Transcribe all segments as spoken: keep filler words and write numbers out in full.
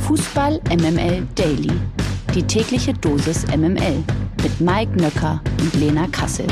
Fußball M M L Daily. Die tägliche Dosis M M L mit Mike Nöcker und Lena Kassel.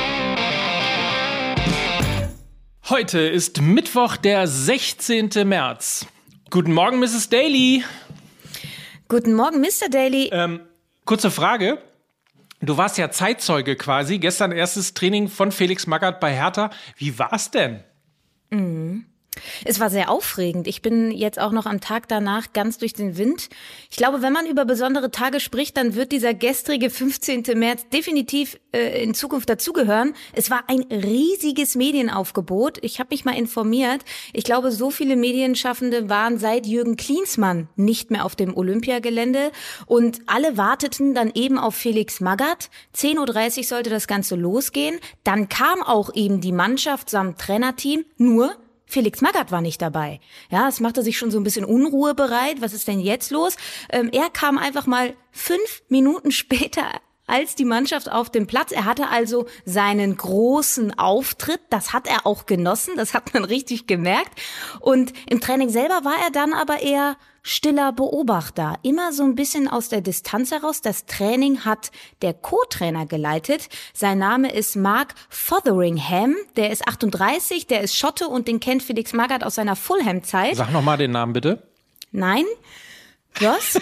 Heute ist Mittwoch, der sechzehnten März. Guten Morgen, Misses Daily. Guten Morgen, Mister Daily. Ähm, kurze Frage. Du warst ja Zeitzeuge quasi. Gestern erstes Training von Felix Magath bei Hertha. Wie war's denn? Mhm. Es war sehr aufregend. Ich bin jetzt auch noch am Tag danach ganz durch den Wind. Ich glaube, wenn man über besondere Tage spricht, dann wird dieser gestrige fünfzehnten März definitiv äh, in Zukunft dazugehören. Es war ein riesiges Medienaufgebot. Ich habe mich mal informiert. Ich glaube, so viele Medienschaffende waren seit Jürgen Klinsmann nicht mehr auf dem Olympiagelände. Und alle warteten dann eben auf Felix Magath. zehn Uhr dreißig sollte das Ganze losgehen. Dann kam auch eben die Mannschaft samt Trainerteam. Nur Felix Magath war nicht dabei. Ja, es machte sich schon so ein bisschen Unruhe bereit. Was ist denn jetzt los? Ähm, er kam einfach mal fünf Minuten später als die Mannschaft auf dem Platz. Er hatte also seinen großen Auftritt. Das hat er auch genossen. Das hat man richtig gemerkt. Und im Training selber war er dann aber eher stiller Beobachter. Immer so ein bisschen aus der Distanz heraus. Das Training hat der Co-Trainer geleitet. Sein Name ist Mark Fotheringham. Der ist achtunddreißig, der ist Schotte und den kennt Felix Magath aus seiner Fulham-Zeit. Sag nochmal den Namen bitte. Nein? Was?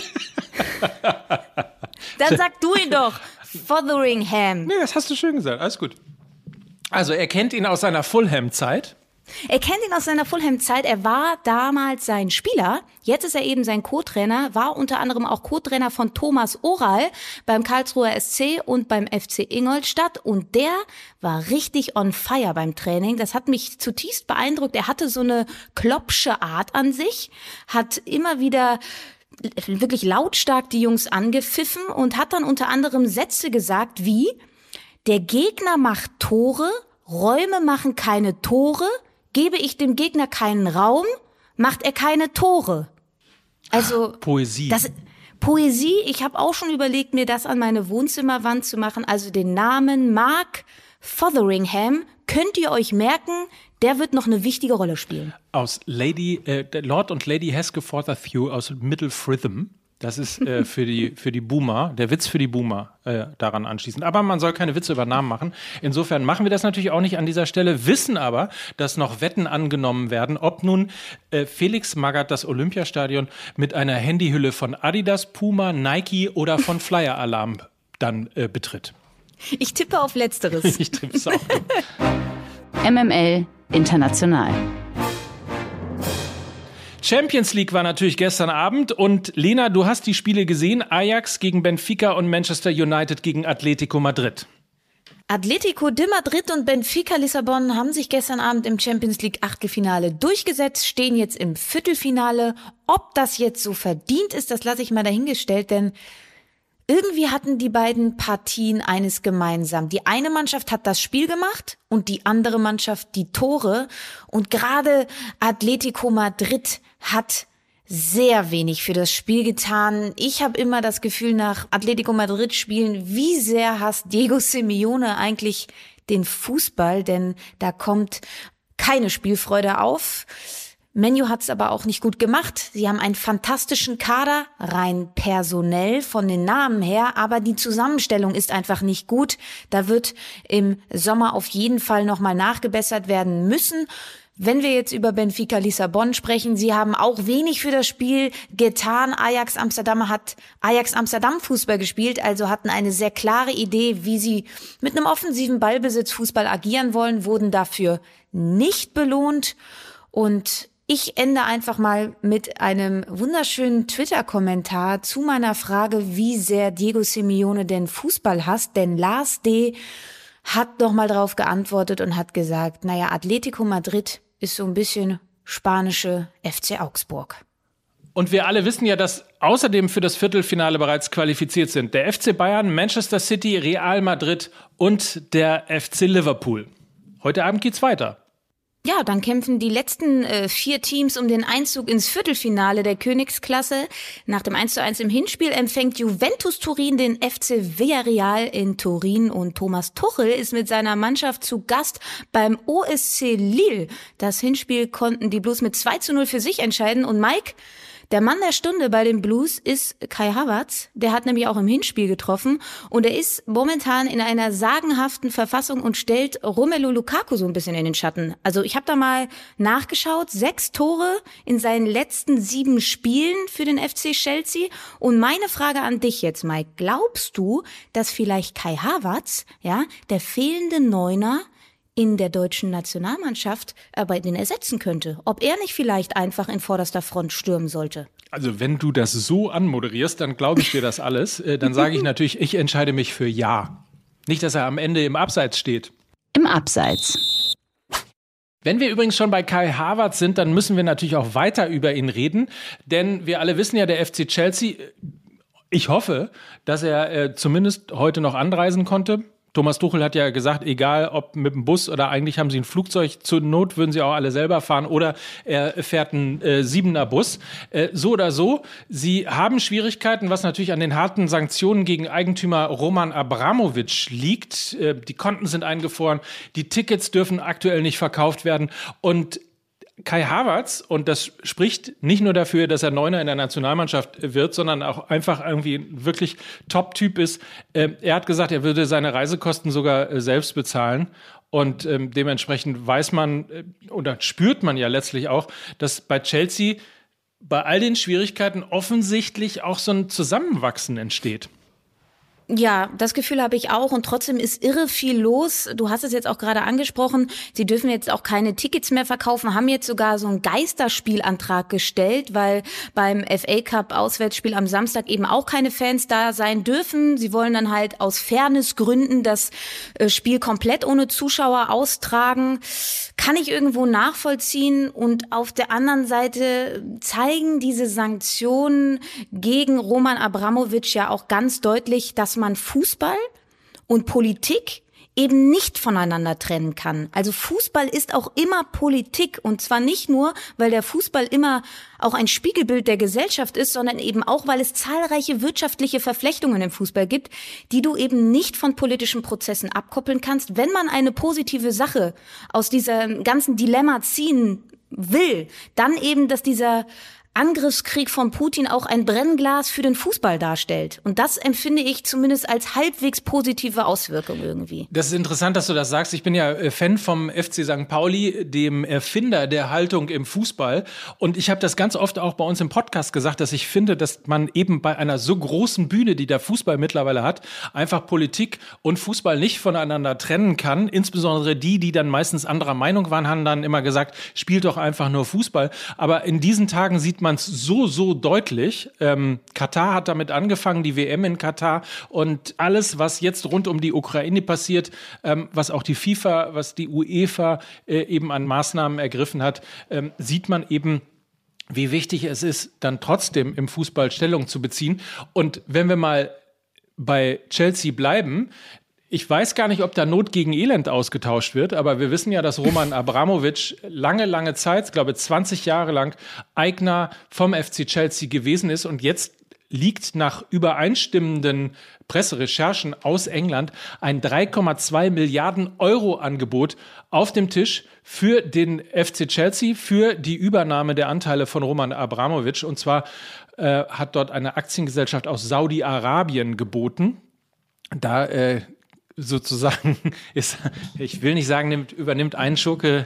Dann sag du ihn doch. Fotheringham. Nee, das hast du schön gesagt. Alles gut. Also, er kennt ihn aus seiner Fulham-Zeit. Er kennt ihn aus seiner Fulham-Zeit. Er war damals sein Spieler. Jetzt ist er eben sein Co-Trainer. War unter anderem auch Co-Trainer von Thomas Oral beim Karlsruher S C und beim F C Ingolstadt. Und der war richtig on fire beim Training. Das hat mich zutiefst beeindruckt. Er hatte so eine kloppsche Art an sich, hat immer wieder wirklich lautstark die Jungs angepfiffen und hat dann unter anderem Sätze gesagt wie: Der Gegner macht Tore, Räume machen keine Tore, gebe ich dem Gegner keinen Raum, macht er keine Tore. Also Poesie. Das, Poesie, ich habe auch schon überlegt, mir das an meine Wohnzimmerwand zu machen. Also den Namen Mark Fotheringham könnt ihr euch merken, der wird noch eine wichtige Rolle spielen. Aus Lady, äh, Lord und Lady Heske Fortherthew aus Middle Fritham. Das ist äh, für die für die Boomer, der Witz für die Boomer äh, daran anschließend. Aber man soll keine Witze über Namen machen. Insofern machen wir das natürlich auch nicht an dieser Stelle, wissen aber, dass noch Wetten angenommen werden, ob nun äh, Felix Magath das Olympiastadion mit einer Handyhülle von Adidas, Puma, Nike oder von Flyer Alarm dann äh, betritt. Ich tippe auf Letzteres. Ich tippe es auch. M M L International. Champions League war natürlich gestern Abend und Lena, du hast die Spiele gesehen, Ajax gegen Benfica und Manchester United gegen Atletico Madrid. Atletico de Madrid und Benfica Lissabon haben sich gestern Abend im Champions League Achtelfinale durchgesetzt, stehen jetzt im Viertelfinale. Ob das jetzt so verdient ist, das lasse ich mal dahingestellt, denn irgendwie hatten die beiden Partien eines gemeinsam. Die eine Mannschaft hat das Spiel gemacht und die andere Mannschaft die Tore. Und gerade Atletico Madrid hat sehr wenig für das Spiel getan. Ich habe immer das Gefühl, nach Atletico Madrid Spielen, wie sehr hasst Diego Simeone eigentlich den Fußball, denn da kommt keine Spielfreude auf. Man U hat es aber auch nicht gut gemacht. Sie haben einen fantastischen Kader, rein personell von den Namen her, aber die Zusammenstellung ist einfach nicht gut. Da wird im Sommer auf jeden Fall nochmal nachgebessert werden müssen. Wenn wir jetzt über Benfica Lissabon sprechen, sie haben auch wenig für das Spiel getan. Ajax Amsterdam hat Ajax Amsterdam Fußball gespielt, also hatten eine sehr klare Idee, wie sie mit einem offensiven Ballbesitz Fußball agieren wollen, wurden dafür nicht belohnt. Und ich ende einfach mal mit einem wunderschönen Twitter-Kommentar zu meiner Frage, wie sehr Diego Simeone denn Fußball hasst. Denn Lars D. hat noch mal drauf geantwortet und hat gesagt, naja, Atletico Madrid ist so ein bisschen spanische F C Augsburg. Und wir alle wissen ja, dass außerdem für das Viertelfinale bereits qualifiziert sind der F C Bayern, Manchester City, Real Madrid und der F C Liverpool. Heute Abend geht's weiter. Ja, dann kämpfen die letzten äh, vier Teams um den Einzug ins Viertelfinale der Königsklasse. Nach dem eins zu eins im Hinspiel empfängt Juventus Turin den F C Villarreal in Turin und Thomas Tuchel ist mit seiner Mannschaft zu Gast beim O S C Lille. Das Hinspiel konnten die Blues mit zwei zu null für sich entscheiden und Mike, Der Mann der Stunde bei den Blues ist Kai Havertz. Der hat nämlich auch im Hinspiel getroffen und er ist momentan in einer sagenhaften Verfassung und stellt Romelu Lukaku so ein bisschen in den Schatten. Also ich habe da mal nachgeschaut, sechs Tore in seinen letzten sieben Spielen für den F C Chelsea. Und meine Frage an dich jetzt, Mike, glaubst du, dass vielleicht Kai Havertz, ja, der fehlende Neuner in der deutschen Nationalmannschaft bei denen ersetzen könnte? Ob er nicht vielleicht einfach in vorderster Front stürmen sollte? Also wenn du das so anmoderierst, dann glaube ich dir das alles. Äh, dann sage ich natürlich, ich entscheide mich für Ja. Nicht, dass er am Ende im Abseits steht. Im Abseits. Wenn wir übrigens schon bei Kai Havertz sind, dann müssen wir natürlich auch weiter über ihn reden. Denn wir alle wissen ja, der F C Chelsea, ich hoffe, dass er äh, zumindest heute noch anreisen konnte. Thomas Tuchel hat ja gesagt, egal ob mit dem Bus oder eigentlich haben sie ein Flugzeug, zur Not würden sie auch alle selber fahren oder er fährt einen äh, Siebener Bus. Äh, so oder so, sie haben Schwierigkeiten, was natürlich an den harten Sanktionen gegen Eigentümer Roman Abramovich liegt. Äh, die Konten sind eingefroren, die Tickets dürfen aktuell nicht verkauft werden und Kai Havertz, und das spricht nicht nur dafür, dass er Neuner in der Nationalmannschaft wird, sondern auch einfach irgendwie wirklich Top-Typ ist. Äh, er hat gesagt, er würde seine Reisekosten sogar äh, selbst bezahlen. Und ähm, dementsprechend weiß man äh, oder spürt man ja letztlich auch, dass bei Chelsea bei all den Schwierigkeiten offensichtlich auch so ein Zusammenwachsen entsteht. Ja, das Gefühl habe ich auch und trotzdem ist irre viel los. Du hast es jetzt auch gerade angesprochen, sie dürfen jetzt auch keine Tickets mehr verkaufen, haben jetzt sogar so einen Geisterspielantrag gestellt, weil beim F A Cup Auswärtsspiel am Samstag eben auch keine Fans da sein dürfen. Sie wollen dann halt aus Fairnessgründen das Spiel komplett ohne Zuschauer austragen. Kann ich irgendwo nachvollziehen und auf der anderen Seite zeigen diese Sanktionen gegen Roman Abramovich ja auch ganz deutlich, dass man Fußball und Politik eben nicht voneinander trennen kann. Also Fußball ist auch immer Politik und zwar nicht nur, weil der Fußball immer auch ein Spiegelbild der Gesellschaft ist, sondern eben auch, weil es zahlreiche wirtschaftliche Verflechtungen im Fußball gibt, die du eben nicht von politischen Prozessen abkoppeln kannst. Wenn man eine positive Sache aus diesem ganzen Dilemma ziehen will, dann eben, dass dieser Angriffskrieg von Putin auch ein Brennglas für den Fußball darstellt. Und das empfinde ich zumindest als halbwegs positive Auswirkung irgendwie. Das ist interessant, dass du das sagst. Ich bin ja Fan vom F C Sankt Pauli, dem Erfinder der Haltung im Fußball. Und ich habe das ganz oft auch bei uns im Podcast gesagt, dass ich finde, dass man eben bei einer so großen Bühne, die der Fußball mittlerweile hat, einfach Politik und Fußball nicht voneinander trennen kann. Insbesondere die, die dann meistens anderer Meinung waren, haben dann immer gesagt, spielt doch einfach nur Fußball. Aber in diesen Tagen sieht man es so, so deutlich. Ähm, Katar hat damit angefangen, die W M in Katar und alles, was jetzt rund um die Ukraine passiert, ähm, was auch die FIFA, was die UEFA äh, eben an Maßnahmen ergriffen hat, ähm, sieht man eben, wie wichtig es ist, dann trotzdem im Fußball Stellung zu beziehen. Und wenn wir mal bei Chelsea bleiben, ich weiß gar nicht, ob da Not gegen Elend ausgetauscht wird, aber wir wissen ja, dass Roman Abramovich lange, lange Zeit, ich glaube zwanzig Jahre lang, Eigner vom F C Chelsea gewesen ist und jetzt liegt nach übereinstimmenden Presserecherchen aus England ein drei Komma zwei Milliarden Euro Angebot auf dem Tisch für den F C Chelsea, für die Übernahme der Anteile von Roman Abramovich. Und zwar äh, hat dort eine Aktiengesellschaft aus Saudi-Arabien geboten. Da äh, sozusagen ist, ich will nicht sagen, nimmt, übernimmt ein Schurke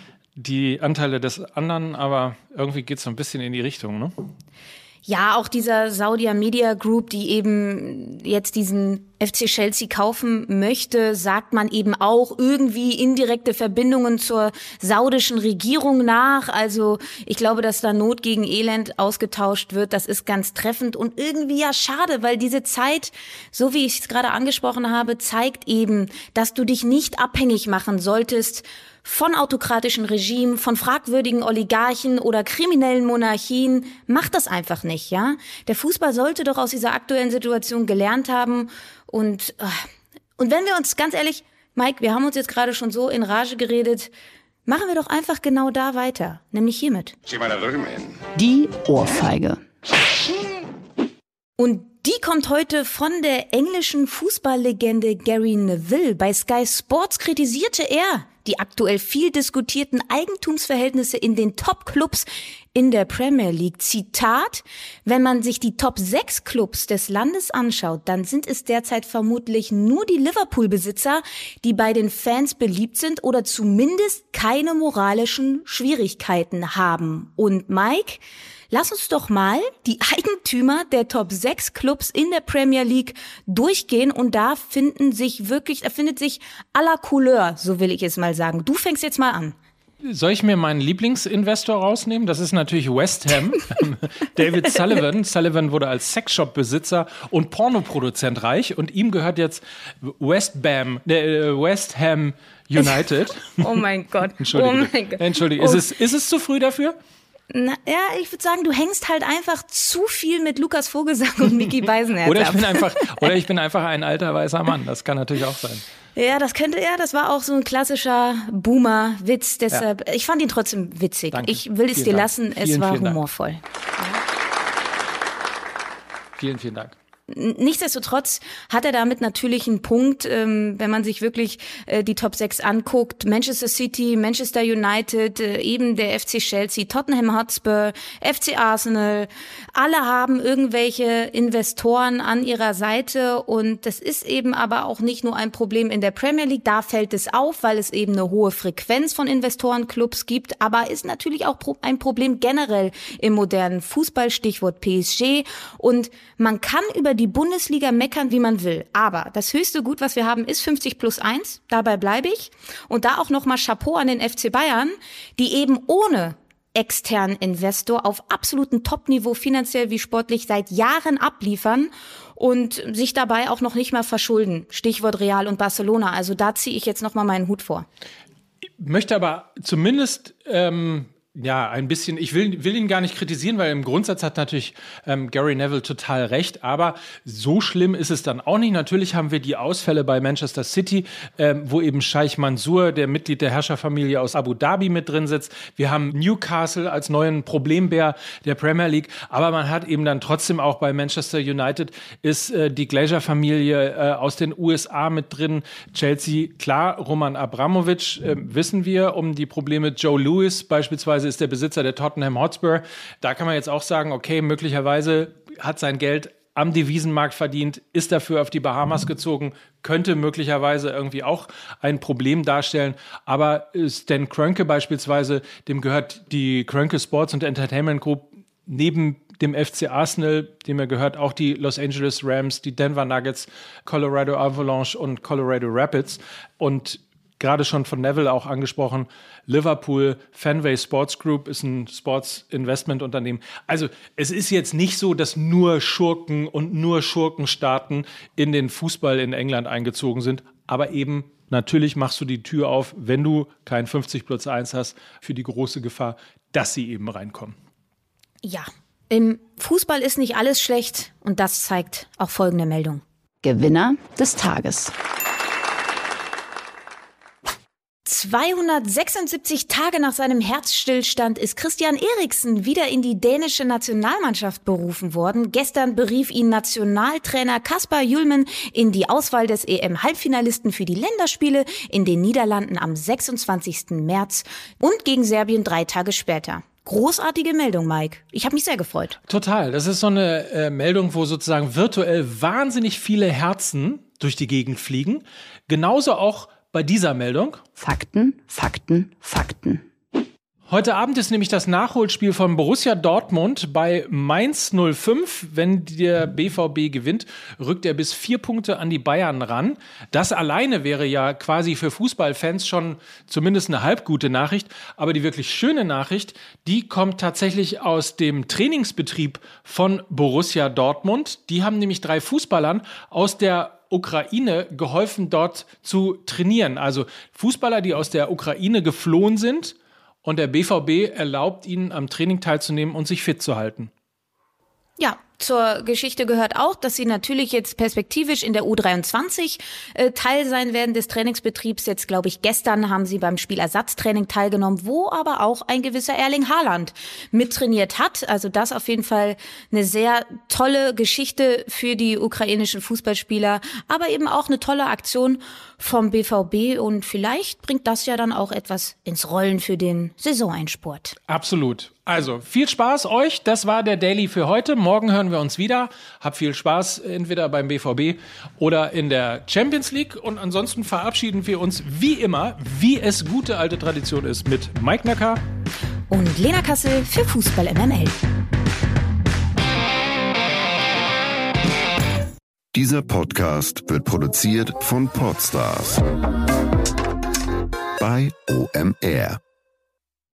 die Anteile des anderen, aber irgendwie geht es so ein bisschen in die Richtung, ne? Ja, auch dieser Saudia Media Group, die eben jetzt diesen F C Chelsea kaufen möchte, sagt man eben auch irgendwie indirekte Verbindungen zur saudischen Regierung nach. Also ich glaube, dass da Not gegen Elend ausgetauscht wird. Das ist ganz treffend und irgendwie ja schade, weil diese Zeit, so wie ich es gerade angesprochen habe, zeigt eben, dass du dich nicht abhängig machen solltest von autokratischen Regimen, von fragwürdigen Oligarchen oder kriminellen Monarchien. Macht das einfach nicht, ja? Der Fußball sollte doch aus dieser aktuellen Situation gelernt haben. Und, und wenn wir uns, ganz ehrlich, Mike, wir haben uns jetzt gerade schon so in Rage geredet, machen wir doch einfach genau da weiter, nämlich hiermit. Die Ohrfeige. Und die kommt heute von der englischen Fußballlegende Gary Neville. Bei Sky Sports kritisierte er die aktuell viel diskutierten Eigentumsverhältnisse in den Top-Clubs in der Premier League. Zitat: Wenn man sich die Top sechs Clubs des Landes anschaut, dann sind es derzeit vermutlich nur die Liverpool-Besitzer, die bei den Fans beliebt sind oder zumindest keine moralischen Schwierigkeiten haben. Und Mike, lass uns doch mal die Eigentümer der Top sechs Clubs in der Premier League durchgehen, und da finden sich wirklich, da findet sich à la Couleur, so will ich es mal sagen. Du fängst jetzt mal an. Soll ich mir meinen Lieblingsinvestor rausnehmen? Das ist natürlich West Ham. David Sullivan. Sullivan wurde als Sexshop-Besitzer und Pornoproduzent reich, und ihm gehört jetzt West Bam, äh, West Ham United. Oh mein Gott. Entschuldige. Oh mein Gott. Entschuldige. Ist, es, ist es zu früh dafür? Na, ja, ich würde sagen, du hängst halt einfach zu viel mit Lukas Vogelsang und Micky Beisenherz oder ich ab. bin einfach, oder ich bin einfach ein alter weißer Mann. Das kann natürlich auch sein. Ja, das könnte, ja, das war auch so ein klassischer Boomer-Witz. Deshalb, ja. Ich fand ihn trotzdem witzig. Danke. Ich will es vielen dir Dank. lassen, es vielen, war vielen humorvoll. Dank. Vielen, vielen Dank. Nichtsdestotrotz hat er damit natürlich einen Punkt, ähm, wenn man sich wirklich äh, die Top sechs anguckt. Manchester City, Manchester United, äh, eben der F C Chelsea, Tottenham Hotspur, F C Arsenal. Alle haben irgendwelche Investoren an ihrer Seite, und das ist eben aber auch nicht nur ein Problem in der Premier League. Da fällt es auf, weil es eben eine hohe Frequenz von Investorenclubs gibt, aber ist natürlich auch ein Problem generell im modernen Fußball, Stichwort P S G. Und man kann über die Bundesliga meckern, wie man will. Aber das höchste Gut, was wir haben, ist fünfzig plus eins. Dabei bleibe ich. Und da auch nochmal Chapeau an den F C Bayern, die eben ohne externen Investor auf absolutem Top-Niveau finanziell wie sportlich seit Jahren abliefern und sich dabei auch noch nicht mal verschulden. Stichwort Real und Barcelona. Also da ziehe ich jetzt nochmal meinen Hut vor. Ich möchte aber zumindest ähm ja, ein bisschen, ich will, will ihn gar nicht kritisieren, weil im Grundsatz hat natürlich ähm, Gary Neville total recht, aber so schlimm ist es dann auch nicht. Natürlich haben wir die Ausfälle bei Manchester City, ähm, wo eben Scheich Mansour, der Mitglied der Herrscherfamilie aus Abu Dhabi, mit drin sitzt. Wir haben Newcastle als neuen Problembär der Premier League, aber man hat eben dann trotzdem auch bei Manchester United ist äh, die Glazer-Familie äh, aus den U S A mit drin. Chelsea, klar, Roman Abramovich, äh, wissen wir um die Probleme. Joe Lewis beispielsweise ist der Besitzer der Tottenham Hotspur. Da kann man jetzt auch sagen, okay, möglicherweise hat sein Geld am Devisenmarkt verdient, ist dafür auf die Bahamas gezogen, könnte möglicherweise irgendwie auch ein Problem darstellen. Aber Stan Kroenke beispielsweise, dem gehört die Kroenke Sports and Entertainment Group neben dem F C Arsenal, dem er gehört, auch die Los Angeles Rams, die Denver Nuggets, Colorado Avalanche und Colorado Rapids. Und gerade schon von Neville auch angesprochen, Liverpool, Fenway Sports Group ist ein Sports-Investment-Unternehmen. Also es ist jetzt nicht so, dass nur Schurken und nur Schurkenstaaten in den Fußball in England eingezogen sind, aber eben natürlich machst du die Tür auf, wenn du kein fünfzig plus eins hast, für die große Gefahr, dass sie eben reinkommen. Ja, im Fußball ist nicht alles schlecht, und das zeigt auch folgende Meldung. Gewinner des Tages. zweihundertsechsundsiebzig Tage nach seinem Herzstillstand ist Christian Eriksen wieder in die dänische Nationalmannschaft berufen worden. Gestern berief ihn Nationaltrainer Kasper Hjulmand in die Auswahl des E M-Halbfinalisten für die Länderspiele in den Niederlanden am sechsundzwanzigsten März und gegen Serbien drei Tage später. Großartige Meldung, Mike. Ich habe mich sehr gefreut. Total. Das ist so eine äh, Meldung, wo sozusagen virtuell wahnsinnig viele Herzen durch die Gegend fliegen. Genauso auch bei dieser Meldung. Fakten, Fakten, Fakten. Heute Abend ist nämlich das Nachholspiel von Borussia Dortmund bei Mainz null fünf. Wenn der B V B gewinnt, rückt er bis vier Punkte an die Bayern ran. Das alleine wäre ja quasi für Fußballfans schon zumindest eine halbgute Nachricht. Aber die wirklich schöne Nachricht, die kommt tatsächlich aus dem Trainingsbetrieb von Borussia Dortmund. Die haben nämlich drei Fußballern aus der Ukraine geholfen, dort zu trainieren. Also Fußballer, die aus der Ukraine geflohen sind, und der B V B erlaubt ihnen, am Training teilzunehmen und sich fit zu halten. Ja, zur Geschichte gehört auch, dass sie natürlich jetzt perspektivisch in der U dreiundzwanzig äh, Teil sein werden des Trainingsbetriebs. Jetzt, glaube ich, gestern haben sie beim Spielersatztraining teilgenommen, wo aber auch ein gewisser Erling Haaland mittrainiert hat. Also das auf jeden Fall eine sehr tolle Geschichte für die ukrainischen Fußballspieler, aber eben auch eine tolle Aktion vom B V B und vielleicht bringt das ja dann auch etwas ins Rollen für den Saisonendspurt. Absolut. Also, viel Spaß euch. Das war der Daily für heute. Morgen hören wir uns wieder. Habt viel Spaß, entweder beim B V B oder in der Champions League. Und ansonsten verabschieden wir uns wie immer, wie es gute alte Tradition ist, mit Mike Nöcker und Lena Kassel für Fußball M M L. Dieser Podcast wird produziert von Podstars bei O M R.